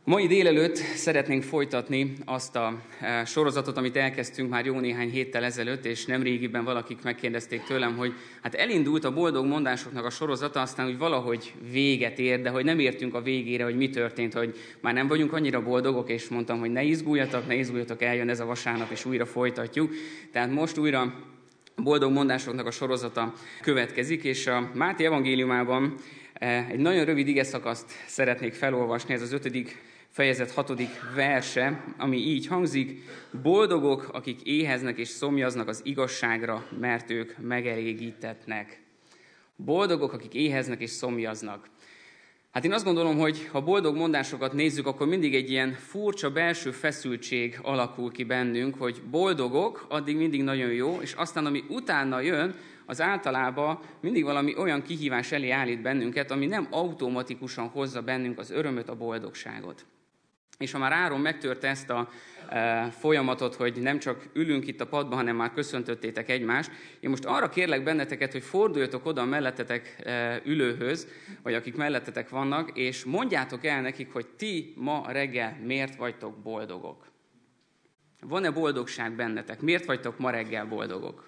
Mai délelőtt szeretnénk folytatni azt a sorozatot, amit elkezdtünk már jó néhány héttel ezelőtt, és nemrégiben valakik megkérdezték tőlem, hogy hát elindult a boldog mondásoknak a sorozata, aztán úgy valahogy véget ér, de hogy nem értünk a végére, hogy mi történt, hogy már nem vagyunk annyira boldogok, és mondtam, hogy ne izguljatok, eljön ez a vasárnap, és újra folytatjuk. Tehát most újra a boldog mondásoknak a sorozata következik, és a Máté evangéliumában egy nagyon rövid igeszakaszt szeretnék felolvasni, ez az 5. fejezet 6. verse, ami így hangzik: boldogok, akik éheznek és szomjaznak az igazságra, mert ők megelégítetnek. Boldogok, akik éheznek és szomjaznak. Hát én azt gondolom, hogy ha boldog mondásokat nézzük, akkor mindig egy ilyen furcsa belső feszültség alakul ki bennünk, hogy boldogok, addig mindig nagyon jó, és aztán ami utána jön, az általában mindig valami olyan kihívás elé állít bennünket, ami nem automatikusan hozza bennünk az örömöt, a boldogságot. És ha már Áron megtörte ezt a folyamatot, hogy nem csak ülünk itt a padban, hanem már köszöntöttétek egymást, én most arra kérlek benneteket, hogy forduljatok oda a mellettetek ülőhöz, vagy akik mellettetek vannak, és mondjátok el nekik, hogy ti ma reggel miért vagytok boldogok. Van-e boldogság bennetek? Miért vagytok ma reggel boldogok?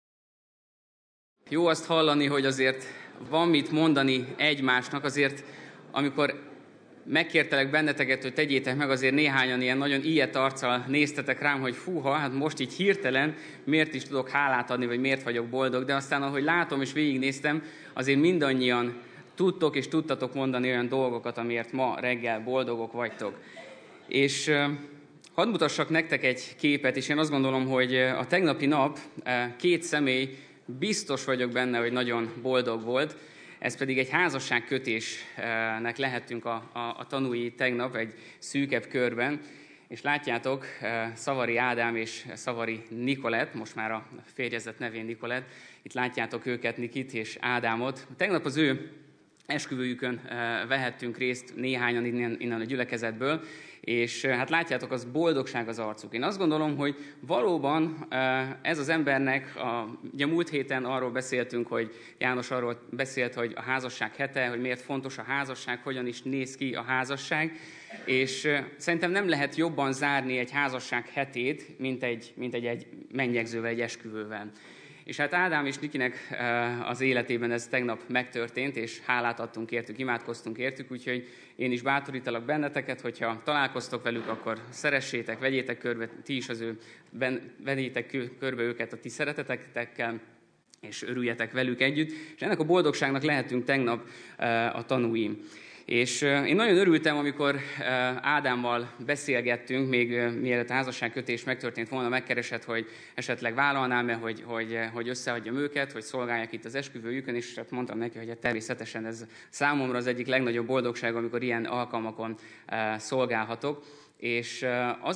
Jó azt hallani, hogy azért van mit mondani egymásnak, azért amikor megkértelek benneteket, hogy tegyétek meg, azért néhányan ilyen nagyon ilyet arccal néztetek rám, hogy fúha, hát most így hirtelen miért is tudok hálát adni, vagy miért vagyok boldog, de aztán ahogy látom és végignéztem, azért mindannyian tudtok és tudtatok mondani olyan dolgokat, amiért ma reggel boldogok vagytok. És hadd mutassak nektek egy képet, és én azt gondolom, hogy a tegnapi nap két személy biztos vagyok benne, hogy nagyon boldog volt. Ez pedig egy házasságkötésnek lehettünk a tanúi tegnap egy szűkebb körben. És látjátok, Szavari Ádám és Szavari Nikolett, most már a férjezet nevén Nikolett, itt látjátok őket, Nikit és Ádámot. Tegnap az ő esküvőjükön vehettünk részt néhányan innen a gyülekezetből, és hát látjátok, az boldogság az arcuk. Én azt gondolom, hogy valóban ez az embernek, ugye múlt héten arról beszéltünk, hogy János arról beszélt, hogy a házasság hete, hogy miért fontos a házasság, hogyan is néz ki a házasság, és szerintem nem lehet jobban zárni egy házasság hetét, mint egy mennyegzővel, egy esküvővel. És hát Ádám és Nikinek az életében ez tegnap megtörtént, és hálát adtunk értük, imádkoztunk értük, úgyhogy én is bátorítalak benneteket, hogyha találkoztok velük, akkor szeressétek, vegyétek körbe, ti is vegyétek körbe őket a ti szeretetekkel, és örüljetek velük együtt. És ennek a boldogságnak lehetünk tegnap a tanúi. És én nagyon örültem, amikor Ádámmal beszélgettünk, még mielőtt a házasságkötés megtörtént volna, megkeresett, hogy esetleg vállalnám-e, hogy összeadjam őket, hogy szolgálják itt az esküvőjükön, és hát mondtam neki, hogy természetesen ez számomra az egyik legnagyobb boldogság, amikor ilyen alkalmakon szolgálhatok. És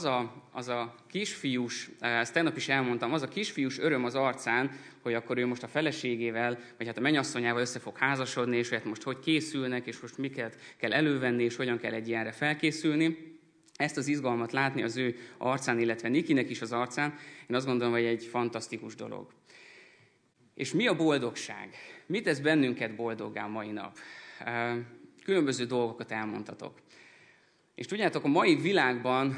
az a kisfiús, ezt tegnap is elmondtam, az a kisfiús öröm az arcán, hogy akkor ő most a feleségével, vagy hát a mennyasszonyával össze fog házasodni, és hogy hát most hogy készülnek, és most miket kell elővenni, és hogyan kell egy ilyenre felkészülni. Ezt az izgalmat látni az ő arcán, illetve Nikinek is az arcán, én azt gondolom, hogy egy fantasztikus dolog. És mi a boldogság? Mit tesz bennünket boldoggá mai nap? Különböző dolgokat elmondhatok. És tudjátok, a mai világban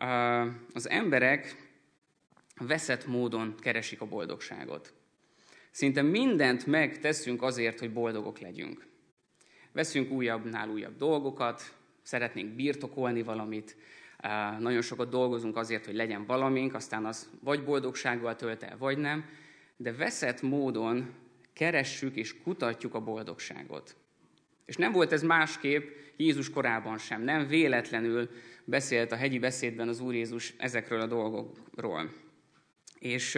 az emberek veszett módon keresik a boldogságot. Szinte mindent megteszünk azért, hogy boldogok legyünk. Veszünk újabbnál újabb dolgokat, szeretnénk birtokolni valamit, nagyon sokat dolgozunk azért, hogy legyen valamink, aztán az vagy boldogsággal tölt el, vagy nem, de veszett módon keressük és kutatjuk a boldogságot. És nem volt ez másképp Jézus korában sem. Nem véletlenül beszélt a hegyi beszédben az Úr Jézus ezekről a dolgokról. És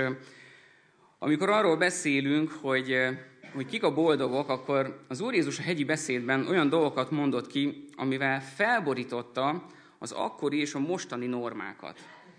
amikor arról beszélünk, hogy kik a boldogok, akkor az Úr Jézus a hegyi beszédben olyan dolgokat mondott ki, amivel felborította az akkori és a mostani normákat.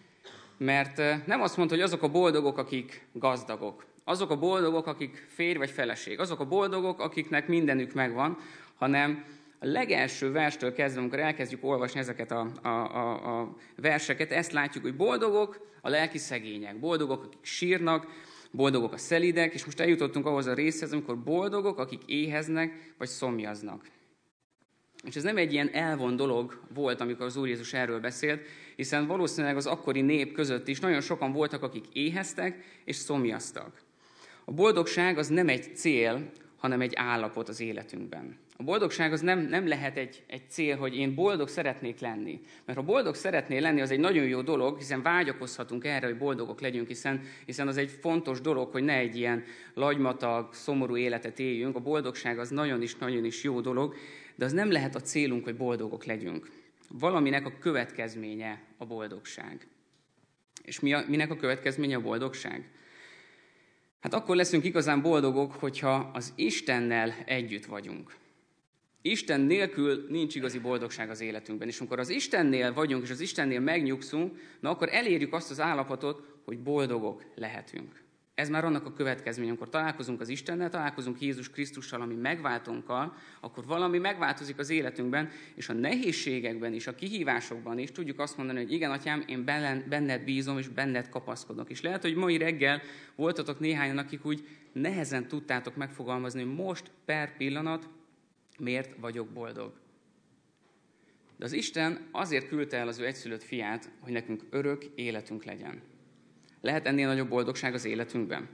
Mert nem azt mondta, hogy azok a boldogok, akik gazdagok, azok a boldogok, akik férj vagy feleség, azok a boldogok, akiknek mindenük megvan, hanem a legelső verstől kezdve, amikor elkezdjük olvasni ezeket a verseket, ezt látjuk, hogy boldogok a lelki szegények, boldogok, akik sírnak, boldogok a szelídek, és most eljutottunk ahhoz a részhez, amikor boldogok, akik éheznek vagy szomjaznak. És ez nem egy ilyen elvont dolog volt, amikor az Úr Jézus erről beszélt, hiszen valószínűleg az akkori nép között is nagyon sokan voltak, akik éheztek és szomjaztak. A boldogság az nem egy cél, hanem egy állapot az életünkben. A boldogság az nem lehet egy cél, hogy én boldog szeretnék lenni. Mert ha boldog szeretnél lenni, az egy nagyon jó dolog, hiszen vágyakozhatunk erre, hogy boldogok legyünk, hiszen az egy fontos dolog, hogy ne egy ilyen lagymatag, szomorú életet éljünk. A boldogság az nagyon is jó dolog, de az nem lehet a célunk, hogy boldogok legyünk. Valaminek a következménye a boldogság. És minek a következménye a boldogság? Hát akkor leszünk igazán boldogok, hogyha az Istennel együtt vagyunk. Isten nélkül nincs igazi boldogság az életünkben. És amikor az Istennél vagyunk, és az Istennél megnyugszunk, akkor elérjük azt az állapotot, hogy boldogok lehetünk. Ez már annak a következmény, amikor találkozunk az Istennel, találkozunk Jézus Krisztussal, ami megváltónkkal, akkor valami megváltozik az életünkben, és a nehézségekben is, a kihívásokban is tudjuk azt mondani, hogy igen, Atyám, én benned bízom, és benned kapaszkodok. És lehet, hogy mai reggel voltatok néhányan, akik úgy nehezen tudtátok megfogalmazni, hogy most per pillanat miért vagyok boldog. De az Isten azért küldte el az ő egyszülött fiát, hogy nekünk örök életünk legyen. Lehet ennél nagyobb boldogság az életünkben?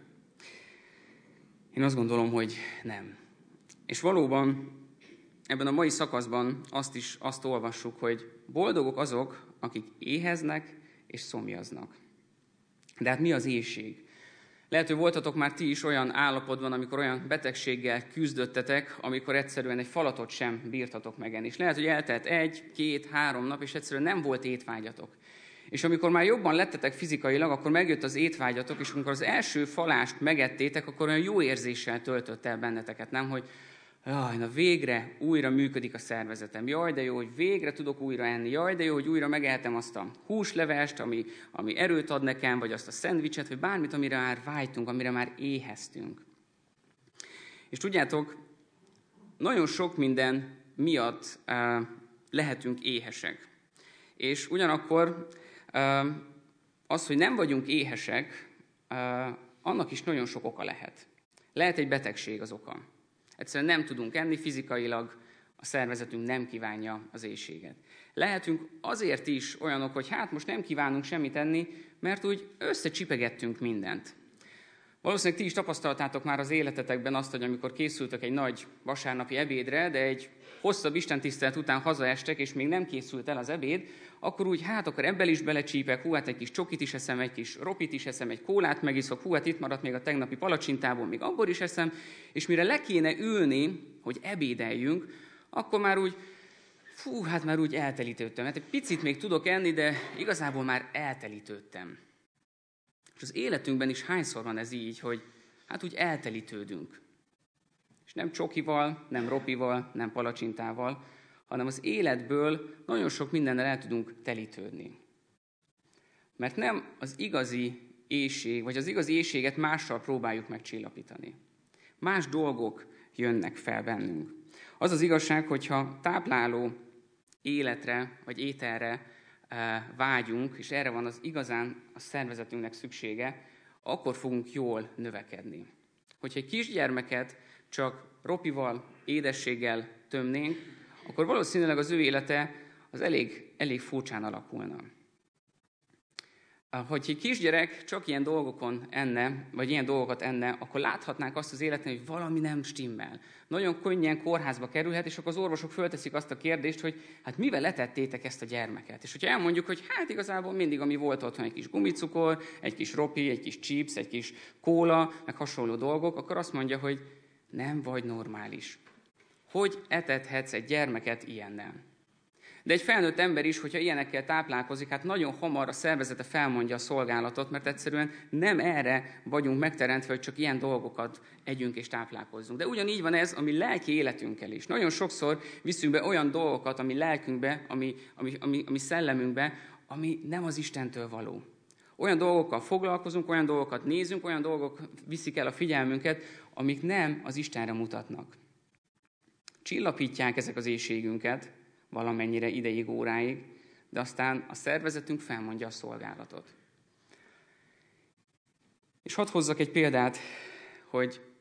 Én azt gondolom, hogy nem. És valóban ebben a mai szakaszban azt olvassuk, hogy boldogok azok, akik éheznek és szomjaznak. De hát mi az éhség? Lehet, hogy voltatok már ti is olyan állapotban, amikor olyan betegséggel küzdöttetek, amikor egyszerűen egy falatot sem bírtatok megenni. És lehet, hogy eltelt 1, 2, 3 nap, és egyszerűen nem volt étvágyatok. És amikor már jobban lettetek fizikailag, akkor megjött az étvágyatok, és amikor az első falást megettétek, akkor olyan jó érzéssel töltött el benneteket, nem? Hogy jaj, na végre újra működik a szervezetem. Jaj, de jó, hogy végre tudok újra enni. Jaj, de jó, hogy újra megehetem azt a húslevest, ami erőt ad nekem, vagy azt a szendvicset, vagy bármit, amire már vágytunk, amire már éheztünk. És tudjátok, nagyon sok minden miatt lehetünk éhesek. És ugyanakkor az, hogy nem vagyunk éhesek, annak is nagyon sok oka lehet. Lehet egy betegség az oka. Egyszerűen nem tudunk enni fizikailag, a szervezetünk nem kívánja az éhséget. Lehetünk azért is olyanok, hogy hát most nem kívánunk semmit enni, mert úgy összecsipegettünk mindent. Valószínűleg ti is tapasztaltátok már az életetekben azt, hogy amikor készültök egy nagy vasárnapi ebédre, de egy hosszabb istentisztelet után hazaestek, és még nem készült el az ebéd, akkor úgy, hát akkor ebből is belecsípek, hát egy kis csokit is eszem, egy kis ropit is eszem, egy kólát megiszok, hát itt maradt még a tegnapi palacsintából, még abból is eszem, és mire le kéne ülni, hogy ebédeljünk, akkor már úgy, hát már úgy eltelítődtem. Hát egy picit még tudok enni, de igazából már eltelítődtem. És az életünkben is hányszor van ez így, hogy hát úgy eltelítődünk. És nem csokival, nem ropival, nem palacsintával, hanem az életből nagyon sok mindennel el tudunk telítődni. Mert nem az igazi éhség, vagy az igazi éhséget mással próbáljuk megcsillapítani. Más dolgok jönnek fel bennünk. Az az igazság, hogyha tápláló életre, vagy ételre vágyunk, és erre van az igazán a szervezetünknek szüksége, akkor fogunk jól növekedni. Hogyha egy kisgyermeket csak ropival, édességgel tömnénk, akkor valószínűleg az ő élete az elég furcsán alakulna. Hogyha egy kisgyerek csak ilyen dolgokon enne, vagy ilyen dolgokat enne, akkor láthatnánk azt az életen, hogy valami nem stimmel. Nagyon könnyen kórházba kerülhet, és akkor az orvosok fölteszik azt a kérdést, hogy hát mivel etettétek ezt a gyermeket? És hogyha elmondjuk, hogy hát igazából mindig, ami volt otthon, egy kis gumicukor, egy kis ropi, egy kis chips, egy kis kóla, meg hasonló dolgok, akkor azt mondja, hogy nem vagy normális. Hogy etethetsz egy gyermeket ilyennel? De egy felnőtt ember is, hogyha ilyenekkel táplálkozik, hát nagyon hamar a szervezete felmondja a szolgálatot, mert egyszerűen nem erre vagyunk megteremtve, hogy csak ilyen dolgokat együnk és táplálkozzunk. De ugyanígy van ez a mi lelki életünkkel is. Nagyon sokszor viszünk be olyan dolgokat a mi lelkünkbe, a mi szellemünkbe, ami nem az Istentől való. Olyan dolgokkal foglalkozunk, olyan dolgokat nézünk, olyan dolgok viszik el a figyelmünket, amik nem az Istenre mutatnak. Csillapítják ezek az éhségünket, valamennyire ideig, óráig, de aztán a szervezetünk felmondja a szolgálatot. És hadd hozzak egy példát, hogy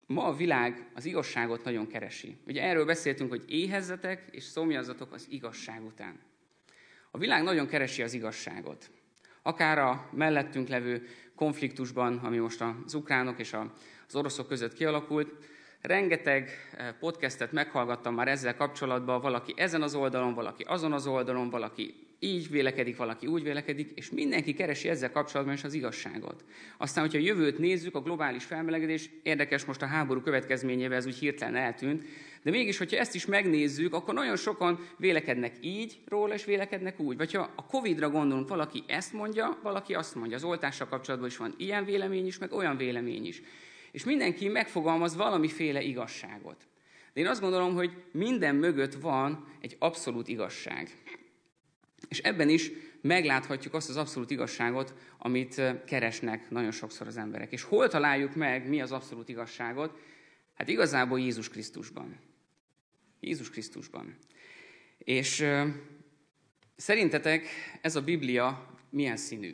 Ma a világ az igazságot nagyon keresi. Ugye erről beszéltünk, hogy éhezzetek és szomjazzatok az igazság után. A világ nagyon keresi az igazságot. Akár a mellettünk levő konfliktusban, ami most az ukránok és az oroszok között kialakult, rengeteg podcastet meghallgattam már ezzel kapcsolatban, valaki ezen az oldalon, valaki azon az oldalon, valaki így vélekedik, valaki úgy vélekedik, és mindenki keresi ezzel kapcsolatban is az igazságot. Aztán, hogyha a jövőt nézzük, a globális felmelegedés, érdekes, most a háború következményével ez úgy hirtelen eltűnt, de mégis, hogyha ezt is megnézzük, akkor nagyon sokan vélekednek így róla, és vélekednek úgy. Vagy ha a Covid-ra gondolunk, valaki ezt mondja, valaki azt mondja. Az oltással kapcsolatban is van ilyen vélemény is, meg olyan vélemény is. És mindenki megfogalmaz valamiféle igazságot. De én azt gondolom, hogy minden mögött van egy abszolút igazság. És ebben is megláthatjuk azt az abszolút igazságot, amit keresnek nagyon sokszor az emberek. És hol találjuk meg mi az abszolút igazságot? Hát igazából Jézus Krisztusban. Jézus Krisztusban. És szerintetek ez a Biblia milyen színű?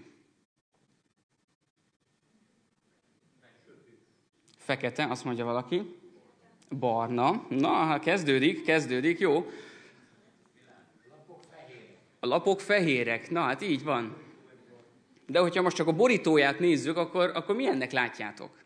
Fekete, azt mondja valaki. Barna. Na, kezdődik, jó. A lapok fehérek. Na, hát így van. De hogyha most csak a borítóját nézzük, akkor milyennek látjátok?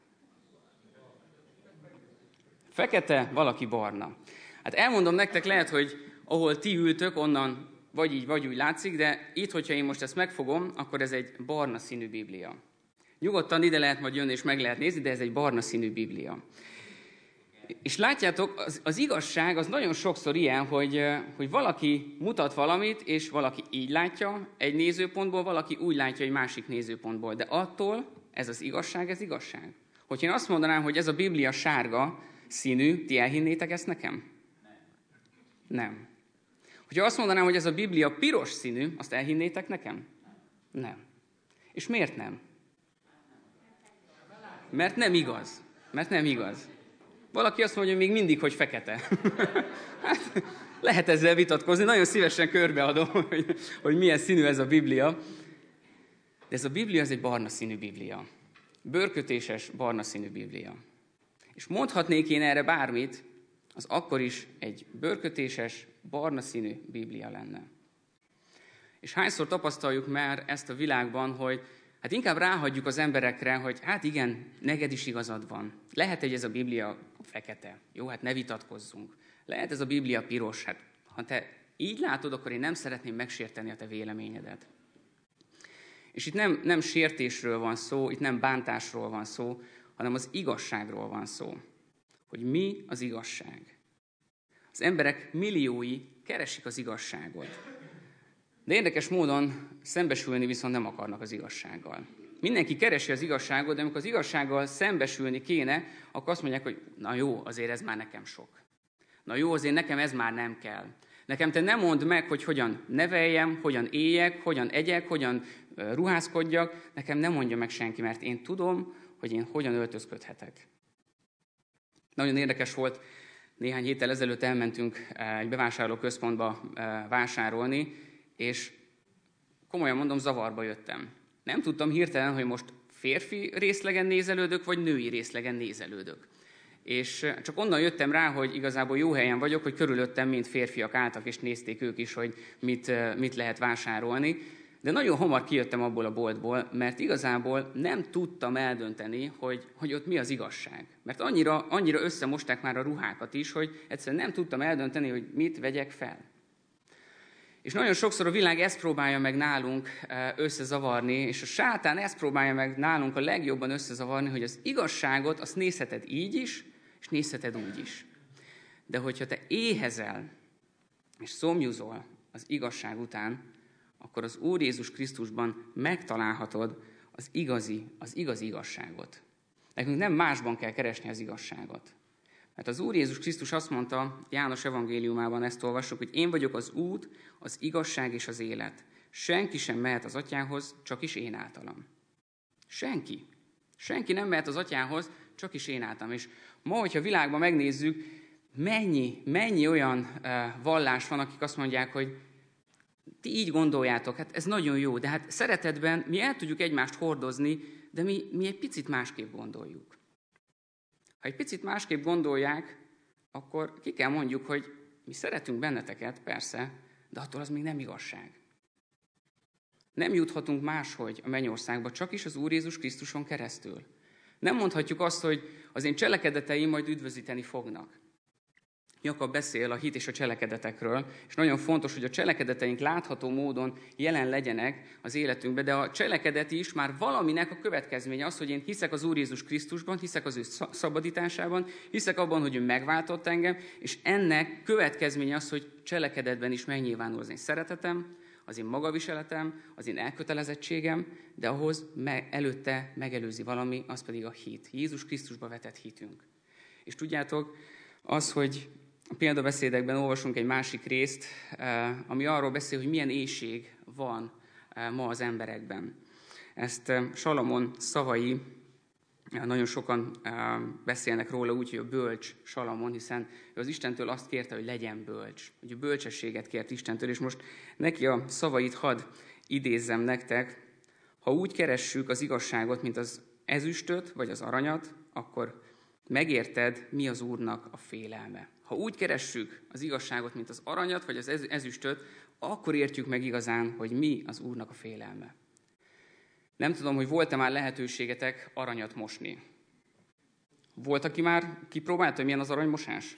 Fekete, valaki barna. Hát elmondom nektek, lehet, hogy ahol ti ültök, onnan vagy így, vagy úgy látszik, de itt, hogyha én most ezt megfogom, akkor ez egy barna színű Biblia. Nyugodtan ide lehet majd jönni, és meg lehet nézni, de ez egy barna színű Biblia. És látjátok, az igazság az nagyon sokszor ilyen, hogy valaki mutat valamit, és valaki így látja egy nézőpontból, valaki úgy látja egy másik nézőpontból. De attól ez az igazság, ez igazság. Hogyha én azt mondanám, hogy ez a Biblia sárga színű, ti elhinnétek ezt nekem? Nem. Hogyha azt mondanám, hogy ez a Biblia piros színű, azt elhinnétek nekem? Nem. És miért nem? Mert nem igaz. Valaki azt mondja, hogy még mindig, hogy fekete. Hát, lehet ezzel vitatkozni, nagyon szívesen körbeadom, hogy milyen színű ez a Biblia. De ez a Biblia, ez egy barna színű Biblia. Bőrkötéses, barna színű Biblia. És mondhatnék én erre bármit, az akkor is egy bőrkötéses, barna színű Biblia lenne. És hányszor tapasztaljuk már ezt a világban, hogy hát inkább ráhagyjuk az emberekre, hogy hát igen, neked is igazad van. Lehet, hogy ez a Biblia fekete. Jó, hát ne vitatkozzunk. Lehet ez a Biblia piros. Hát ha te így látod, akkor én nem szeretném megsérteni a te véleményedet. És itt nem sértésről van szó, itt nem bántásról van szó, hanem az igazságról van szó. Hogy mi az igazság. Az emberek milliói keresik az igazságot. De érdekes módon szembesülni viszont nem akarnak az igazsággal. Mindenki keresi az igazságot, de amikor az igazsággal szembesülni kéne, akkor azt mondják, hogy na jó, azért ez már nekem sok. Na jó, azért nekem ez már nem kell. Nekem te nem mondd meg, hogy hogyan neveljem, hogyan éljek, hogyan egyek, hogyan ruházkodjak. Nekem nem mondja meg senki, mert én tudom, hogy én hogyan öltözködhetek. Nagyon érdekes volt, néhány héttel ezelőtt elmentünk egy bevásárlóközpontba vásárolni, és komolyan mondom, zavarba jöttem. Nem tudtam hirtelen, hogy most férfi részlegen nézelődök, vagy női részlegen nézelődök. És csak onnan jöttem rá, hogy igazából jó helyen vagyok, hogy körülöttem mind férfiak álltak, és nézték ők is, hogy mit lehet vásárolni. De nagyon hamar kijöttem abból a boltból, mert igazából nem tudtam eldönteni, hogy ott mi az igazság. Mert annyira összemosták már a ruhákat is, hogy egyszerűen nem tudtam eldönteni, hogy mit vegyek fel. És nagyon sokszor a világ ezt próbálja meg nálunk összezavarni, és a sátán ezt próbálja meg nálunk a legjobban összezavarni, hogy az igazságot azt nézheted így is, és nézheted úgy is. De hogyha te éhezel, és szomjúzol az igazság után, akkor az Úr Jézus Krisztusban megtalálhatod az igazi igazságot. Nekünk nem másban kell keresni az igazságot. Mert az Úr Jézus Krisztus azt mondta, János evangéliumában ezt olvassuk, hogy én vagyok az út, az igazság és az élet. Senki sem mehet az Atyához, csak is én általam. Senki. Senki nem mehet az Atyához, csak is én általam. És ma, hogyha világban megnézzük, mennyi olyan vallás van, akik azt mondják, hogy ti így gondoljátok, hát ez nagyon jó, de hát szeretetben mi el tudjuk egymást hordozni, de mi egy picit másképp gondoljuk. Ha egy picit másképp gondolják, akkor ki kell mondjuk, hogy mi szeretünk benneteket, persze, de attól az még nem igazság. Nem juthatunk máshogy a mennyországba, csak is az Úr Jézus Krisztuson keresztül. Nem mondhatjuk azt, hogy az én cselekedeteim majd üdvözíteni fognak. Jakab beszél a hit és a cselekedetekről, és nagyon fontos, hogy a cselekedeteink látható módon jelen legyenek az életünkben, de a cselekedet is már valaminek a következménye az, hogy én hiszek az Úr Jézus Krisztusban, hiszek az ő szabadításában, hiszek abban, hogy ő megváltott engem, és ennek következménye az, hogy cselekedetben is megnyilvánul az én szeretetem, az én magaviseletem, az én elkötelezettségem, de ahhoz előtte megelőzi valami, az pedig a hit. Jézus Krisztusba vetett hitünk. És tudjátok, az, hogy a példabeszédekben olvasunk egy másik részt, ami arról beszél, hogy milyen éhség van ma az emberekben. Ezt Salamon szavai, nagyon sokan beszélnek róla úgy, hogy a bölcs Salamon, hiszen ő az Istentől azt kérte, hogy legyen bölcs. Hogy bölcsességet kért Istentől, és most neki a szavait hadd idézzem nektek. Ha úgy keressük az igazságot, mint az ezüstöt vagy az aranyat, akkor megérted, mi az Úrnak a félelme. Ha úgy keressük az igazságot, mint az aranyat, vagy az ezüstöt, akkor értjük meg igazán, hogy mi az Úrnak a félelme. Nem tudom, hogy volt-e már lehetőségetek aranyat mosni. Volt, aki már kipróbálta, hogy milyen az aranymosás?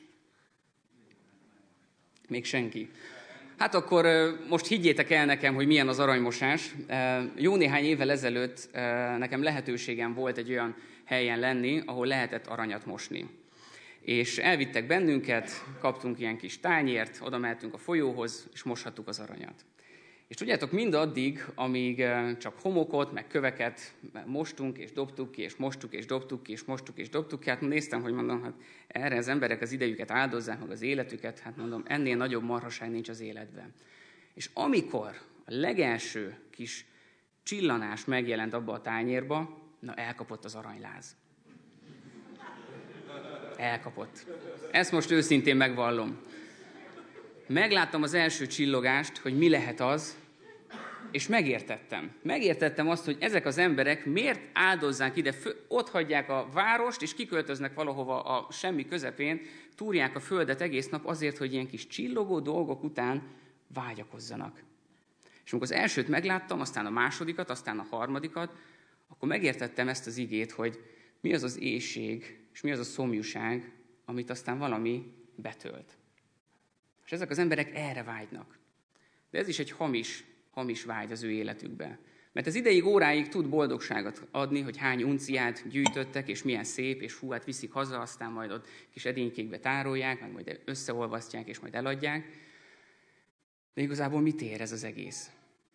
Még senki. Hát akkor most higgyétek el nekem, hogy milyen az aranymosás. Jó néhány évvel ezelőtt nekem lehetőségem volt egy olyan helyen lenni, ahol lehetett aranyat mosni. És elvittek bennünket, kaptunk ilyen kis tányért, oda mehetünk a folyóhoz, és moshattuk az aranyat. És tudjátok, mindaddig, amíg csak homokot, meg köveket mostunk, és dobtuk ki, és mostuk, és dobtuk ki, és mostuk, és dobtuk ki, hát néztem, hogy mondom, hát erre az emberek az idejüket áldozzák, meg az életüket, hát mondom, ennél nagyobb marhaság nincs az életben. És amikor a legelső kis csillanás megjelent abba a tányérba, na elkapott az aranyláz. Elkapott. Ezt most őszintén megvallom. Megláttam az első csillogást, hogy mi lehet az, és megértettem. Megértettem azt, hogy ezek az emberek miért áldozzák ide, ott hagyják a várost, és kiköltöznek valahova a semmi közepén, túrják a földet egész nap azért, hogy ilyen kis csillogó dolgok után vágyakozzanak. És amikor az elsőt megláttam, aztán a másodikat, aztán a harmadikat, akkor megértettem ezt az igét, hogy mi az az éhség, és mi az a szomjúság, amit aztán valami betölt. És ezek az emberek erre vágynak. De ez is egy hamis vágy az ő életükbe. Mert ez ideig, óráig tud boldogságot adni, hogy hány unciát gyűjtöttek, és milyen szép, és hú, hát viszik haza, aztán majd ott kis edénykékbe tárolják, meg majd összeolvasztják, és majd eladják. De igazából mit ér ez az egész?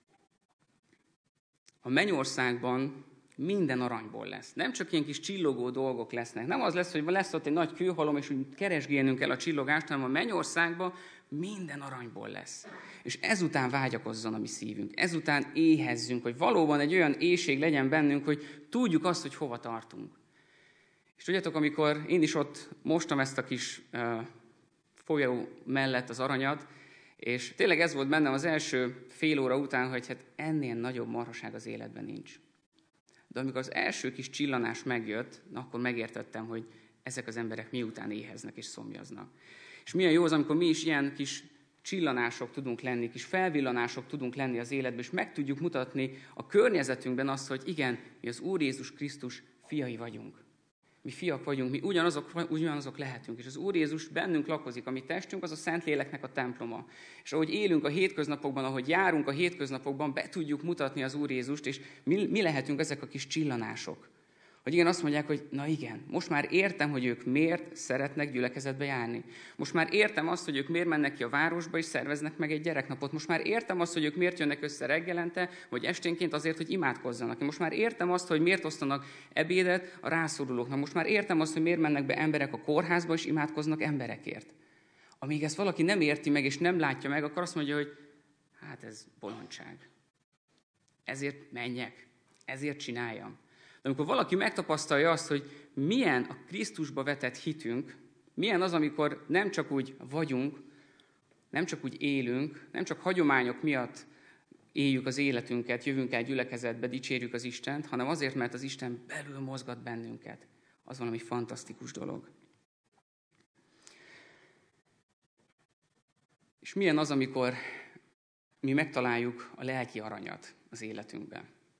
A mennyországban minden aranyból lesz. Nem csak ilyen kis csillogó dolgok lesznek. Nem az lesz, hogy lesz ott egy nagy kőhalom, és úgy keresgélnünk el a csillogást, hanem a mennyországban minden aranyból lesz. És ezután vágyakozzon a mi szívünk. Ezután éhezzünk, hogy valóban egy olyan éhség legyen bennünk, hogy tudjuk azt, hogy hova tartunk. És tudjátok, amikor én is ott mostam ezt a kis folyó mellett az aranyat, és tényleg ez volt bennem az első fél óra után, hogy hát ennél nagyobb marhaság az életben nincs. De amikor az első kis csillanás megjött, akkor megértettem, hogy ezek az emberek miután éheznek és szomjaznak. És milyen jó az, amikor mi is ilyen kis csillanások tudunk lenni, kis felvillanások tudunk lenni az életben, és meg tudjuk mutatni a környezetünkben azt, hogy igen, mi az Úr Jézus Krisztus fiai vagyunk. Mi fiak vagyunk, mi ugyanazok lehetünk, és az Úr Jézus bennünk lakozik, a mi testünk az a Szentléleknek a temploma. És ahogy élünk a hétköznapokban, ahogy járunk a hétköznapokban, be tudjuk mutatni az Úr Jézust, és mi lehetünk ezek a kis csillanások. Hogy igen, azt mondják, hogy na igen, most már értem, hogy ők miért szeretnek gyülekezetbe járni. Most már értem azt, hogy ők miért mennek ki a városba és szerveznek meg egy gyereknapot. Most már értem azt, hogy ők miért jönnek össze reggelente, vagy esténként azért, hogy imádkozzanak. Most már értem azt, hogy miért osztanak ebédet a rászorulóknak. Most már értem azt, hogy miért mennek be emberek a kórházba és imádkoznak emberekért. Amíg ezt valaki nem érti meg és nem látja meg, akkor azt mondja, hogy hát ez bolondság. Ezért menjek, ezért csináljam. De amikor valaki megtapasztalja azt, hogy milyen a Krisztusba vetett hitünk, milyen az, amikor nem csak úgy vagyunk, nem csak úgy élünk, nem csak hagyományok miatt éljük az életünket, jövünk el gyülekezetbe, dicsérjük az Istent, hanem azért, mert az Isten belül mozgat bennünket. az valami fantasztikus dolog. És milyen az, amikor mi megtaláljuk a lelki aranyat az életünkben?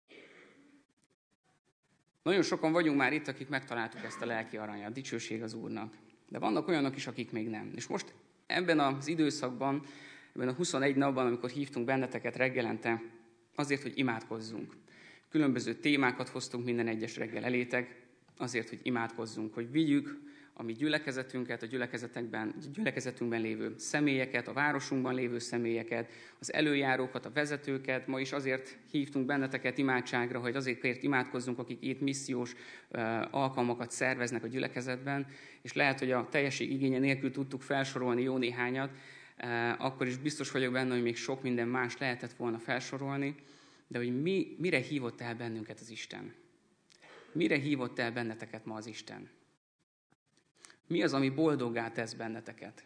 Nagyon sokan vagyunk már itt, akik megtaláltuk ezt a lelki aranyat, dicsőség az Úrnak. De vannak olyanok is, akik még nem. És most ebben az időszakban, ebben a 21 napban, amikor hívtunk benneteket reggelente, azért, hogy imádkozzunk. Különböző témákat hoztunk minden egyes reggel elétek, azért, hogy imádkozzunk, hogy vigyük a mi gyülekezetünket, a gyülekezetünkben lévő személyeket, a városunkban lévő személyeket, az előjárókat, a vezetőket. Ma is azért hívtunk benneteket imádságra, hogy azért imádkozzunk, akik itt missziós alkalmakat szerveznek a gyülekezetben, és lehet, hogy a teljesség igénye nélkül tudtuk felsorolni jó néhányat, akkor is biztos vagyok benne, hogy még sok minden más lehetett volna felsorolni, de hogy mire hívott el bennünket az Isten? Mire hívott el benneteket ma az Isten? Mi az, ami boldoggá tesz benneteket?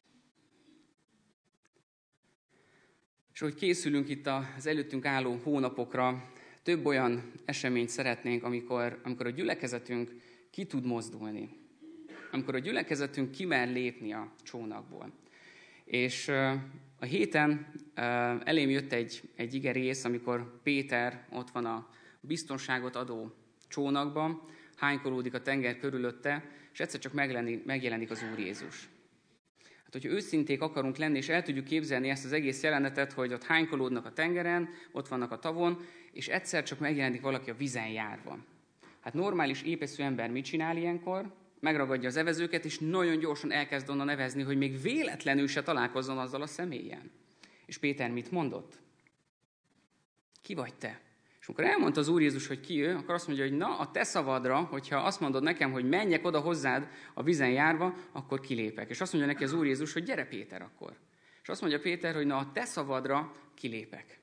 És hogy készülünk itt az előttünk álló hónapokra, több olyan eseményt szeretnénk, amikor a gyülekezetünk ki tud mozdulni. Amikor a gyülekezetünk kimer lépni a csónakból. És a héten elém jött egy igerész, amikor Péter ott van a biztonságot adó csónakban, hánykolódik a tenger körülötte, és egyszer csak megjelenik az Úr Jézus. Hát, hogyha őszinték akarunk lenni, és el tudjuk képzelni ezt az egész jelenetet, hogy ott hánykolódnak a tengeren, ott vannak a tavon, és egyszer csak megjelenik valaki a vízen járva. Hát normális, épeszű ember mit csinál ilyenkor? Megragadja az evezőket, és nagyon gyorsan elkezd onnan evezni, hogy még véletlenül se találkozzon azzal a személyen. És Péter mit mondott? Ki vagy te? És amikor elmondta az Úr Jézus, hogy ki ő, akkor azt mondja, hogy na, a te szavadra, hogyha azt mondod nekem, hogy menjek oda hozzád a vízen járva, akkor kilépek. És azt mondja neki az Úr Jézus, hogy gyere Péter akkor. És azt mondja Péter, hogy na, a te szavadra kilépek.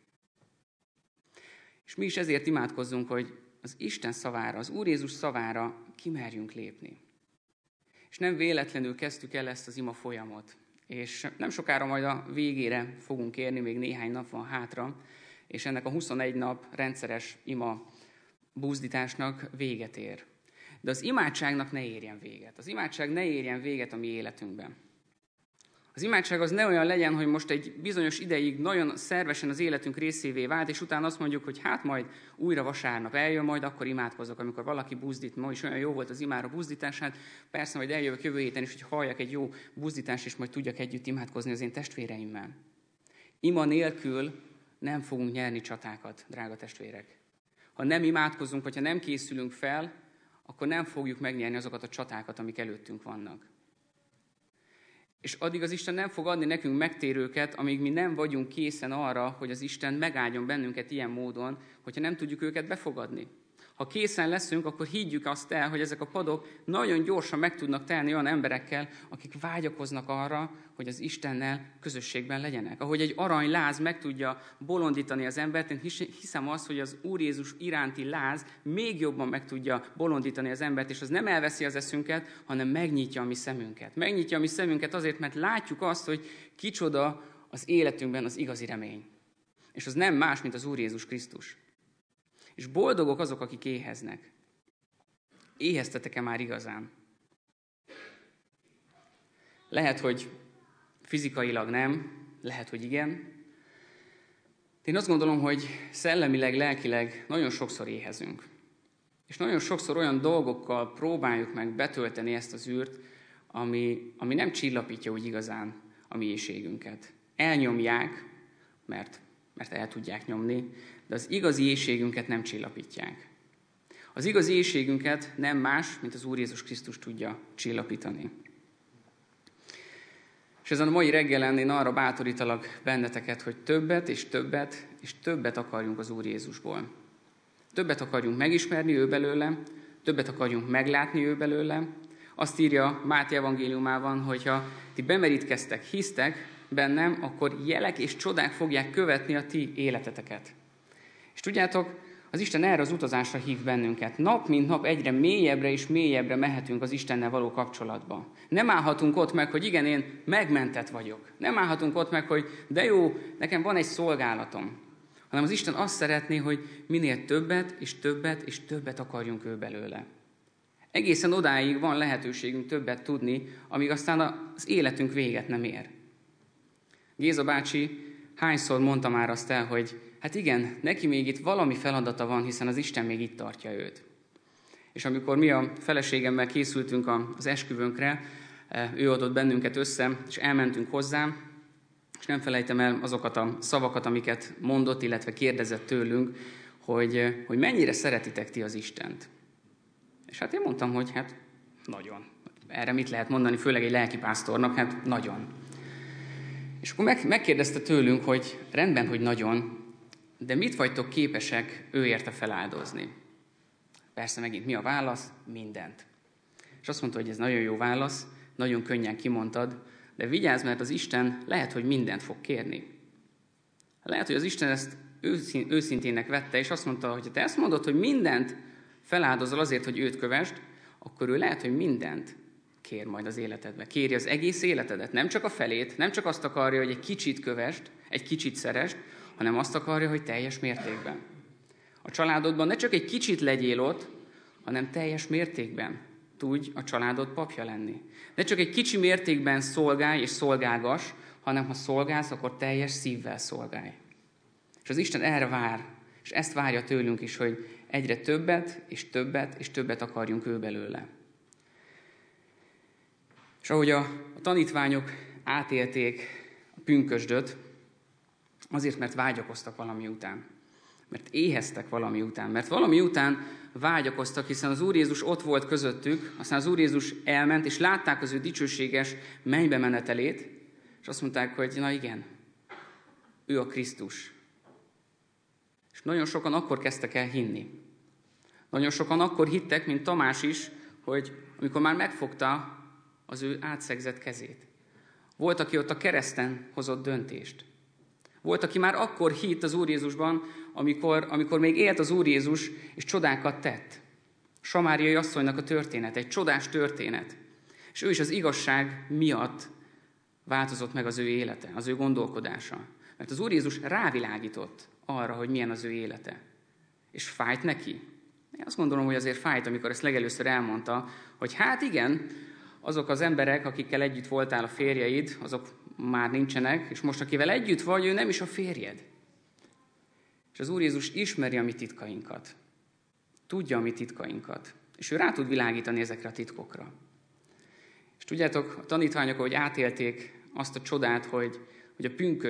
És mi is ezért imádkozzunk, hogy az Isten szavára, az Úr Jézus szavára kimerjünk lépni. És nem véletlenül kezdtük el ezt az ima folyamot. És nem sokára majd a végére fogunk érni, még néhány nap van hátra, és ennek a 21 nap rendszeres ima buzdításnak véget ér. De az imádságnak ne érjen véget. Az imádság ne érjen véget a mi életünkben. Az imádság az ne olyan legyen, hogy most egy bizonyos ideig nagyon szervesen az életünk részévé vált, és utána azt mondjuk, hogy hát majd újra vasárnap eljön, majd akkor imádkozok, amikor valaki buzdít. Ma is olyan jó volt az imára buzdítás, hát persze majd eljövök jövő héten is, hogy halljak egy jó buzdítást, és majd tudjak együtt imádkozni az én testvéreimmel. Ima nélkül nem fogunk nyerni csatákat, drága testvérek. Ha nem imádkozunk, vagy ha nem készülünk fel, akkor nem fogjuk megnyerni azokat a csatákat, amik előttünk vannak. És addig az Isten nem fog adni nekünk megtérőket, amíg mi nem vagyunk készen arra, hogy az Isten megáldjon bennünket ilyen módon, hogyha nem tudjuk őket befogadni. Ha készen leszünk, akkor higgyük azt el, hogy ezek a padok nagyon gyorsan meg tudnak telni olyan emberekkel, akik vágyakoznak arra, hogy az Istennel közösségben legyenek. Ahogy egy aranyláz meg tudja bolondítani az embert, én hiszem azt, hogy az Úr Jézus iránti láz még jobban meg tudja bolondítani az embert, és az nem elveszi az eszünket, hanem megnyitja a mi szemünket. Megnyitja a mi szemünket azért, mert látjuk azt, hogy kicsoda az életünkben az igazi remény. És az nem más, mint az Úr Jézus Krisztus. És boldogok azok, akik éheznek. Éheztetek-e már igazán? Lehet, hogy fizikailag nem, lehet, hogy igen. Én azt gondolom, hogy szellemileg, lelkileg nagyon sokszor éhezünk. És nagyon sokszor olyan dolgokkal próbáljuk meg betölteni ezt az űrt, ami nem csillapítja úgy igazán a mi éhségünket. Elnyomják, mert el tudják nyomni, de az igazi éhségünket nem csillapítják. Az igazi éhségünket nem más, mint az Úr Jézus Krisztus tudja csillapítani. És ezen a mai reggelen én arra bátorítalak benneteket, hogy többet és többet és többet akarjunk az Úr Jézusból. Többet akarjunk megismerni ő belőle, többet akarjunk meglátni ő belőle. Azt írja Máté evangéliumában, hogyha ti bemerítkeztek, hisztek bennem, akkor jelek és csodák fogják követni a ti életeteket. És tudjátok, az Isten erre az utazásra hív bennünket. Nap mint nap egyre mélyebbre és mélyebbre mehetünk az Istennel való kapcsolatba. Nem állhatunk ott meg, hogy igen, én megmentett vagyok. Nem állhatunk ott meg, hogy de jó, nekem van egy szolgálatom. Hanem az Isten azt szeretné, hogy minél többet és többet és többet akarjunk ő belőle. Egészen odáig van lehetőségünk többet tudni, amíg aztán az életünk véget nem ér. Géza bácsi hányszor mondta már azt el, hogy hát igen, neki még itt valami feladata van, hiszen az Isten még itt tartja őt. És amikor mi a feleségemmel készültünk az esküvőnkre, ő adott bennünket össze, és elmentünk hozzá, és nem felejtem el azokat a szavakat, amiket mondott, illetve kérdezett tőlünk, hogy mennyire szeretitek ti az Istent. És hát én mondtam, hogy hát nagyon. Erre mit lehet mondani, főleg egy lelkipásztornak? Hát nagyon. És akkor megkérdezte tőlünk, hogy rendben, hogy nagyon, de mit vagytok képesek ő érte feláldozni? Persze megint mi a válasz? Mindent. És azt mondta, hogy ez nagyon jó válasz, nagyon könnyen kimondtad, de vigyázz, mert az Isten lehet, hogy mindent fog kérni. Lehet, hogy az Isten ezt őszintének vette, és azt mondta, hogy ha te ezt mondod, hogy mindent feláldozol azért, hogy őt kövesd, akkor ő lehet, hogy mindent kér majd az életedbe. Kéri az egész életedet, nem csak a felét, nem csak azt akarja, hogy egy kicsit kövesd, egy kicsit szeresd, hanem azt akarja, hogy teljes mértékben. A családodban ne csak egy kicsit legyél ott, hanem teljes mértékben tudj a családod papja lenni. Ne csak egy kicsi mértékben szolgálj és szolgálgass, hanem ha szolgálsz, akkor teljes szívvel szolgálj. És az Isten erre vár, és ezt várja tőlünk is, hogy egyre többet, és többet, és többet akarjunk ő belőle. És ahogy a tanítványok átélték a pünkösdöt, azért, mert vágyakoztak valami után. Mert éheztek valami után. Mert valami után vágyakoztak, hiszen az Úr Jézus ott volt közöttük, aztán az Úr Jézus elment, és látták az ő dicsőséges mennybe menetelét, és azt mondták, hogy na igen, ő a Krisztus. És nagyon sokan akkor kezdtek el hinni. Nagyon sokan akkor hittek, mint Tamás is, hogy amikor már megfogta az ő átszegzett kezét. Volt, aki ott a kereszten hozott döntést. Volt, aki már akkor hitt az Úr Jézusban, amikor még élt az Úr Jézus, és csodákat tett. Samáriai asszonynak a történet, egy csodás történet. És ő is az igazság miatt változott meg az ő élete, az ő gondolkodása. Mert az Úr Jézus rávilágított arra, hogy milyen az ő élete. És fájt neki. Én azt gondolom, hogy azért fájt, amikor ezt legelőször elmondta, hogy hát igen, azok az emberek, akikkel együtt voltál a férjeid, azok már nincsenek, és most akivel együtt vagy, ő nem is a férjed. És az Úr Jézus ismeri a mi titkainkat. Tudja a mi titkainkat. És ő rá tud világítani ezekre a titkokra. És tudjátok, a tanítványok, ahogy átélték azt a csodát, hogy a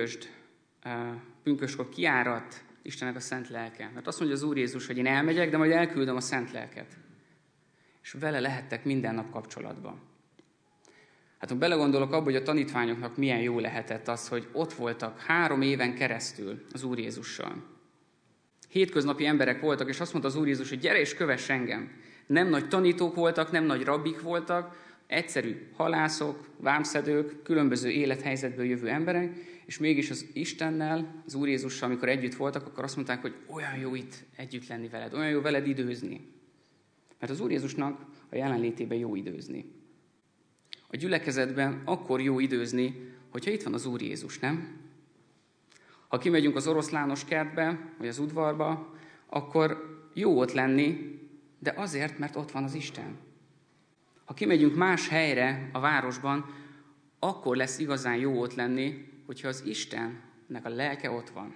pünköstkor kiáradt Istennek a szent lelke. Mert azt mondja az Úr Jézus, hogy én elmegyek, de majd elküldöm a szent lelket. És vele lehettek minden nap kapcsolatban. Hát ha belegondolok abba, hogy a tanítványoknak milyen jó lehetett az, hogy ott voltak 3 éven keresztül az Úr Jézussal. Hétköznapi emberek voltak, és azt mondta az Úr Jézus, hogy gyere és kövess engem. Nem nagy tanítók voltak, nem nagy rabbik voltak, egyszerű halászok, vámszedők, különböző élethelyzetből jövő emberek, és mégis az Istennel, az Úr Jézussal, amikor együtt voltak, akkor azt mondták, hogy olyan jó itt együtt lenni veled, olyan jó veled időzni. Mert az Úr Jézusnak a jelenlétében jó időzni. A gyülekezetben akkor jó időzni, hogyha itt van az Úr Jézus, nem? Ha kimegyünk az oroszlános kertbe, vagy az udvarba, akkor jó ott lenni, de azért, mert ott van az Isten. Ha kimegyünk más helyre a városban, akkor lesz igazán jó ott lenni, hogyha az Istennek a lelke ott van.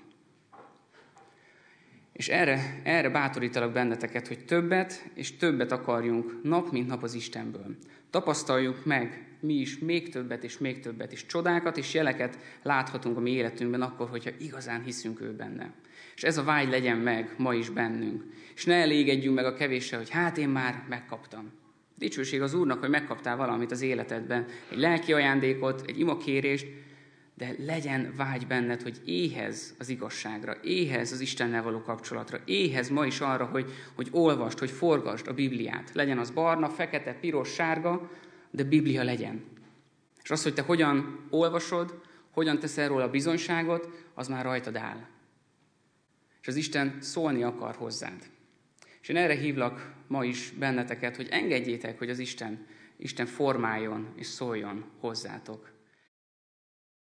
És erre bátorítalak benneteket, hogy többet és többet akarjunk nap mint nap az Istenből. Tapasztaljuk meg mi is még többet, és csodákat és jeleket láthatunk a mi életünkben akkor, hogyha igazán hiszünk ő benne. És ez a vágy legyen meg ma is bennünk. És ne elégedjünk meg a kevéssel, hogy hát én már megkaptam. Dicsőség az Úrnak, hogy megkaptál valamit az életedben, egy lelki ajándékot, egy imakérést, de legyen vágy benned, hogy éhez az igazságra, éhez az Istennel való kapcsolatra, éhez ma is arra, hogy olvasd, hogy forgasd a Bibliát. Legyen az barna, fekete, piros, sárga, de Biblia legyen. És az, hogy te hogyan olvasod, hogyan teszel róla bizonyságot, az már rajtad áll. És az Isten szólni akar hozzád. És én erre hívlak ma is benneteket, hogy engedjétek, hogy az Isten formáljon és szóljon hozzátok.